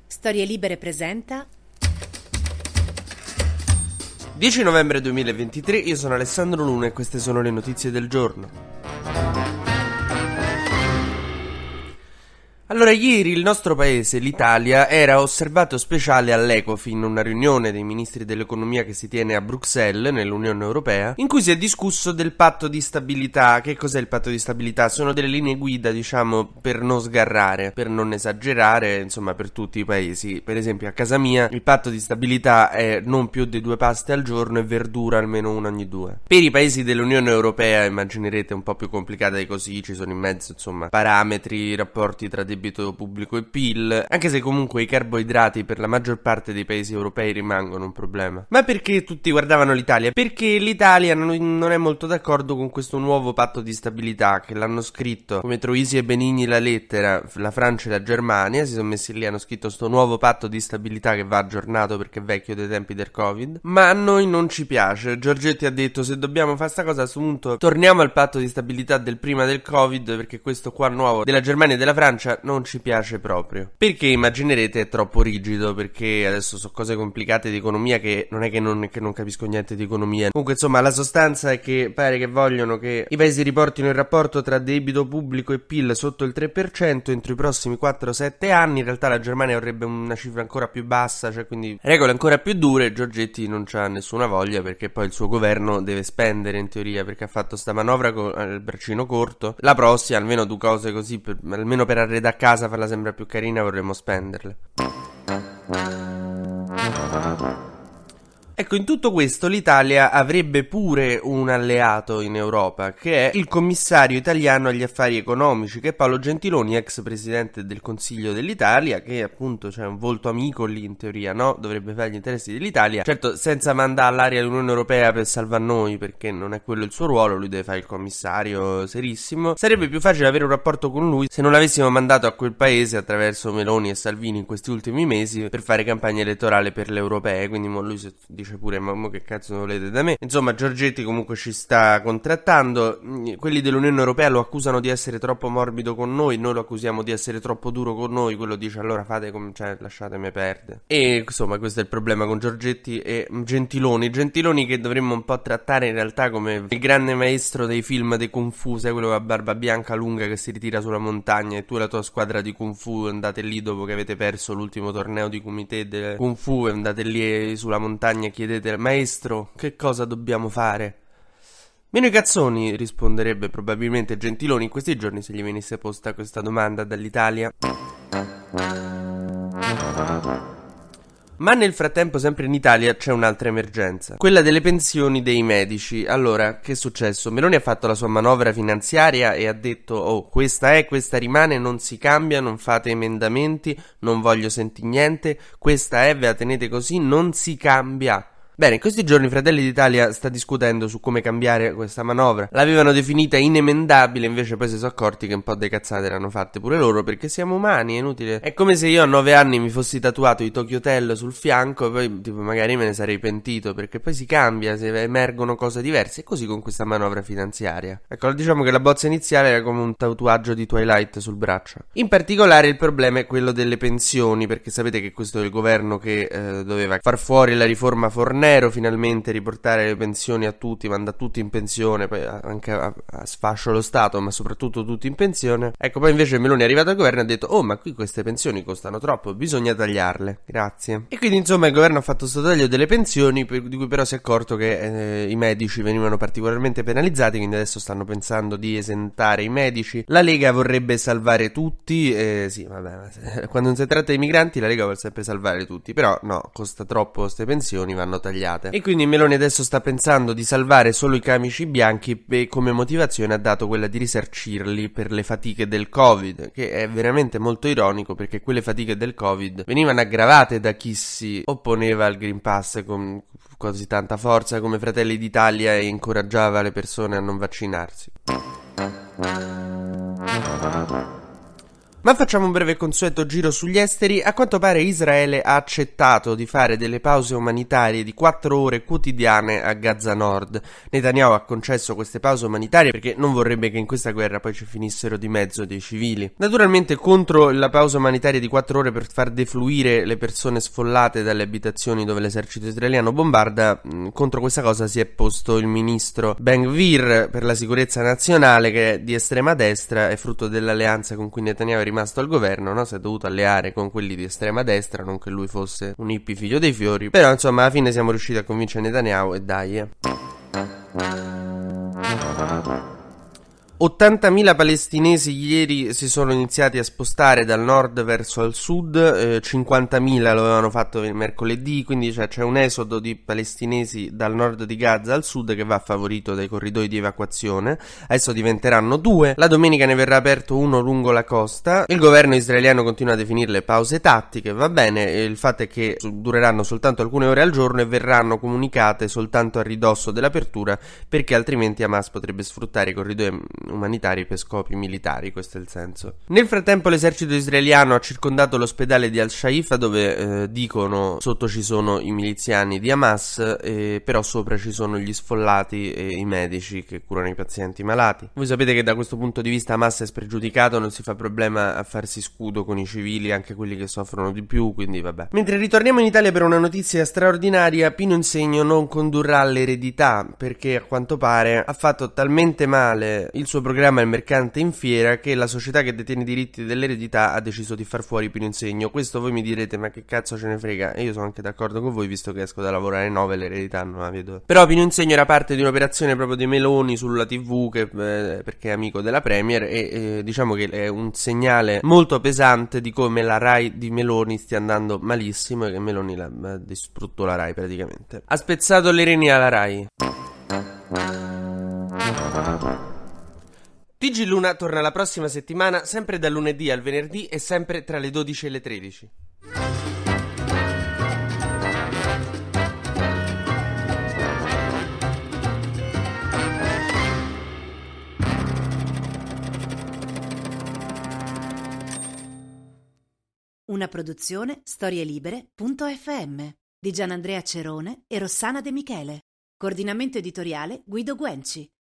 Storie Libere presenta 10 novembre 2023, io sono Alessandro Luna e queste sono le notizie del giorno. Allora, ieri il nostro paese, l'Italia, era osservato speciale all'Ecofin, una riunione dei ministri dell'economia che si tiene a Bruxelles, nell'Unione Europea, in cui si è discusso del patto di stabilità. Che cos'è il patto di stabilità? Sono delle linee guida, per non sgarrare, per non esagerare, insomma, per tutti i paesi. Per esempio, a casa mia, il patto di stabilità è non più di 2 paste al giorno e verdura almeno una ogni 2. Per i paesi dell'Unione Europea, immaginerete un po' più complicata di così, ci sono in mezzo, insomma, parametri, rapporti tra debito pubblico e PIL, anche se comunque i carboidrati per la maggior parte dei paesi europei rimangono un problema. Ma perché tutti guardavano l'Italia? Perché l'Italia non è molto d'accordo con questo nuovo patto di stabilità, che l'hanno scritto come Troisi e Benigni la lettera, la Francia e la Germania, si sono messi lì e hanno scritto sto nuovo patto di stabilità che va aggiornato perché è vecchio dei tempi del Covid, ma a noi non ci piace. Giorgetti ha detto: se dobbiamo fare sta cosa, a questo punto torniamo al patto di stabilità del prima del Covid, perché questo qua nuovo della Germania e della Francia non ci piace proprio. Perché immaginerete è troppo rigido, perché adesso so cose complicate di economia che non è che non capisco niente di economia. Comunque, insomma, la sostanza è che pare che vogliono che i paesi riportino il rapporto tra debito pubblico e PIL sotto il 3% entro i prossimi 4-7 anni. In realtà la Germania vorrebbe una cifra ancora più bassa, cioè quindi regole ancora più dure. Giorgetti non c'ha nessuna voglia, perché poi il suo governo deve spendere in teoria, perché ha fatto sta manovra con il braccino corto. La prossima, almeno 2 cose così, almeno per arredare casa, farla sembrare più carina, vorremmo spenderle. Ecco, in tutto questo l'Italia avrebbe pure un alleato in Europa, che è il commissario italiano agli affari economici, che è Paolo Gentiloni, ex presidente del Consiglio dell'Italia, che appunto c'è un volto amico lì in teoria, no? Dovrebbe fare gli interessi dell'Italia, certo senza mandare all'aria l'Unione Europea per salvare noi, perché non è quello il suo ruolo, lui deve fare il commissario serissimo. Sarebbe più facile avere un rapporto con lui se non l'avessimo mandato a quel paese attraverso Meloni e Salvini in questi ultimi mesi per fare campagna elettorale per le europee, quindi lui dice pure: ma che cazzo volete da me? Insomma, Giorgetti comunque ci sta contrattando. Quelli dell'Unione Europea lo accusano di essere troppo morbido con noi lo accusiamo di essere troppo duro con noi. Quello dice: allora fate come, cioè, lasciatemi perdere. E insomma, questo è il problema con Giorgetti e Gentiloni che dovremmo un po' trattare in realtà come il grande maestro dei film dei Kung Fu, sai, quello con la barba bianca lunga che si ritira sulla montagna e tu e la tua squadra di Kung Fu andate lì dopo che avete perso l'ultimo torneo di Kumite del Kung Fu e andate lì sulla montagna e chiedete: maestro, che cosa dobbiamo fare? Meno i cazzoni, risponderebbe probabilmente Gentiloni in questi giorni se gli venisse posta questa domanda dall'Italia. Ma nel frattempo, sempre in Italia, c'è un'altra emergenza, quella delle pensioni dei medici. Allora, che è successo? Meloni ha fatto la sua manovra finanziaria e ha detto: oh, questa è, questa rimane, non si cambia, non fate emendamenti, non voglio sentire niente, questa è, ve la tenete così, non si cambia. Bene, in questi giorni Fratelli d'Italia sta discutendo su come cambiare questa manovra. L'avevano definita inemendabile, invece poi si sono accorti che un po' de cazzate l'hanno fatte pure loro, perché siamo umani, è inutile. È come se io a 9 anni mi fossi tatuato i Tokyo Hotel sul fianco e poi tipo magari me ne sarei pentito, perché poi si cambia, emergono cose diverse. E così con questa manovra finanziaria. Ecco, diciamo che la bozza iniziale era come un tatuaggio di Twilight sul braccio. In particolare il problema è quello delle pensioni, perché sapete che questo è il governo che doveva far fuori la riforma Fornero, finalmente riportare le pensioni a tutti, manda tutti in pensione, poi anche a sfascio lo Stato, ma soprattutto tutti in pensione. Ecco, poi invece Meloni è arrivato al governo e ha detto: oh, ma qui queste pensioni costano troppo, bisogna tagliarle, grazie. E quindi insomma il governo ha fatto questo taglio delle pensioni, di cui però si è accorto che i medici venivano particolarmente penalizzati, quindi adesso stanno pensando di esentare i medici. La Lega vorrebbe salvare tutti, sì, vabbè, quando non si tratta di migranti la Lega vuole sempre salvare tutti, però no, costa troppo, queste pensioni vanno tagliate. E quindi Meloni adesso sta pensando di salvare solo i camici bianchi e come motivazione ha dato quella di risarcirli per le fatiche del Covid, che è veramente molto ironico, perché quelle fatiche del Covid venivano aggravate da chi si opponeva al Green Pass con così tanta forza come Fratelli d'Italia e incoraggiava le persone a non vaccinarsi. Ma facciamo un breve e consueto giro sugli esteri. A quanto pare Israele ha accettato di fare delle pause umanitarie di 4 ore quotidiane a Gaza Nord. Netanyahu ha concesso queste pause umanitarie perché non vorrebbe che in questa guerra poi ci finissero di mezzo dei civili. Naturalmente contro la pausa umanitaria di 4 ore per far defluire le persone sfollate dalle abitazioni dove l'esercito israeliano bombarda, contro questa cosa si è posto il ministro Ben-Gvir per la sicurezza nazionale, che è di estrema destra, è frutto dell'alleanza con cui Netanyahu è rimasto al governo, no? Si è dovuto alleare con quelli di estrema destra, non che lui fosse un hippie figlio dei fiori, però insomma alla fine siamo riusciti a convincere Netanyahu e dai. 80.000 palestinesi ieri si sono iniziati a spostare dal nord verso il sud, 50.000 lo avevano fatto mercoledì, quindi c'è un esodo di palestinesi dal nord di Gaza al sud che va favorito dai corridoi di evacuazione. Adesso diventeranno 2, la domenica ne verrà aperto uno lungo la costa. Il governo israeliano continua a definirle pause tattiche, va bene, il fatto è che dureranno soltanto alcune ore al giorno e verranno comunicate soltanto a ridosso dell'apertura, perché altrimenti Hamas potrebbe sfruttare i corridoi umanitari per scopi militari, questo è il senso. Nel frattempo l'esercito israeliano ha circondato l'ospedale di Al-Shaifa, dove dicono sotto ci sono i miliziani di Hamas, però sopra ci sono gli sfollati e i medici che curano i pazienti malati. Voi sapete che da questo punto di vista Hamas è spregiudicato, non si fa problema a farsi scudo con i civili, anche quelli che soffrono di più, quindi vabbè. Mentre ritorniamo in Italia per una notizia straordinaria, Pino Insegno non condurrà l'eredità, perché a quanto pare ha fatto talmente male il suo programma Il Mercante in Fiera che la società che detiene i diritti dell'eredità ha deciso di far fuori Pino Insegno. Questo voi mi direte, ma che cazzo ce ne frega? E io sono anche d'accordo con voi, visto che esco da lavorare 9, l'eredità non la vedo. Però Pino Insegno era parte di un'operazione proprio dei Meloni sulla TV, perché è amico della Premier, e diciamo che è un segnale molto pesante di come la Rai di Meloni stia andando malissimo e che Meloni ha distrutto la Rai praticamente. Ha spezzato le reni alla Rai. TG Luna torna la prossima settimana, sempre dal lunedì al venerdì e sempre tra le 12 e le 13. Una produzione storielibere.fm di Gianandrea Cerone e Rossana De Michele. Coordinamento editoriale Guido Guenci.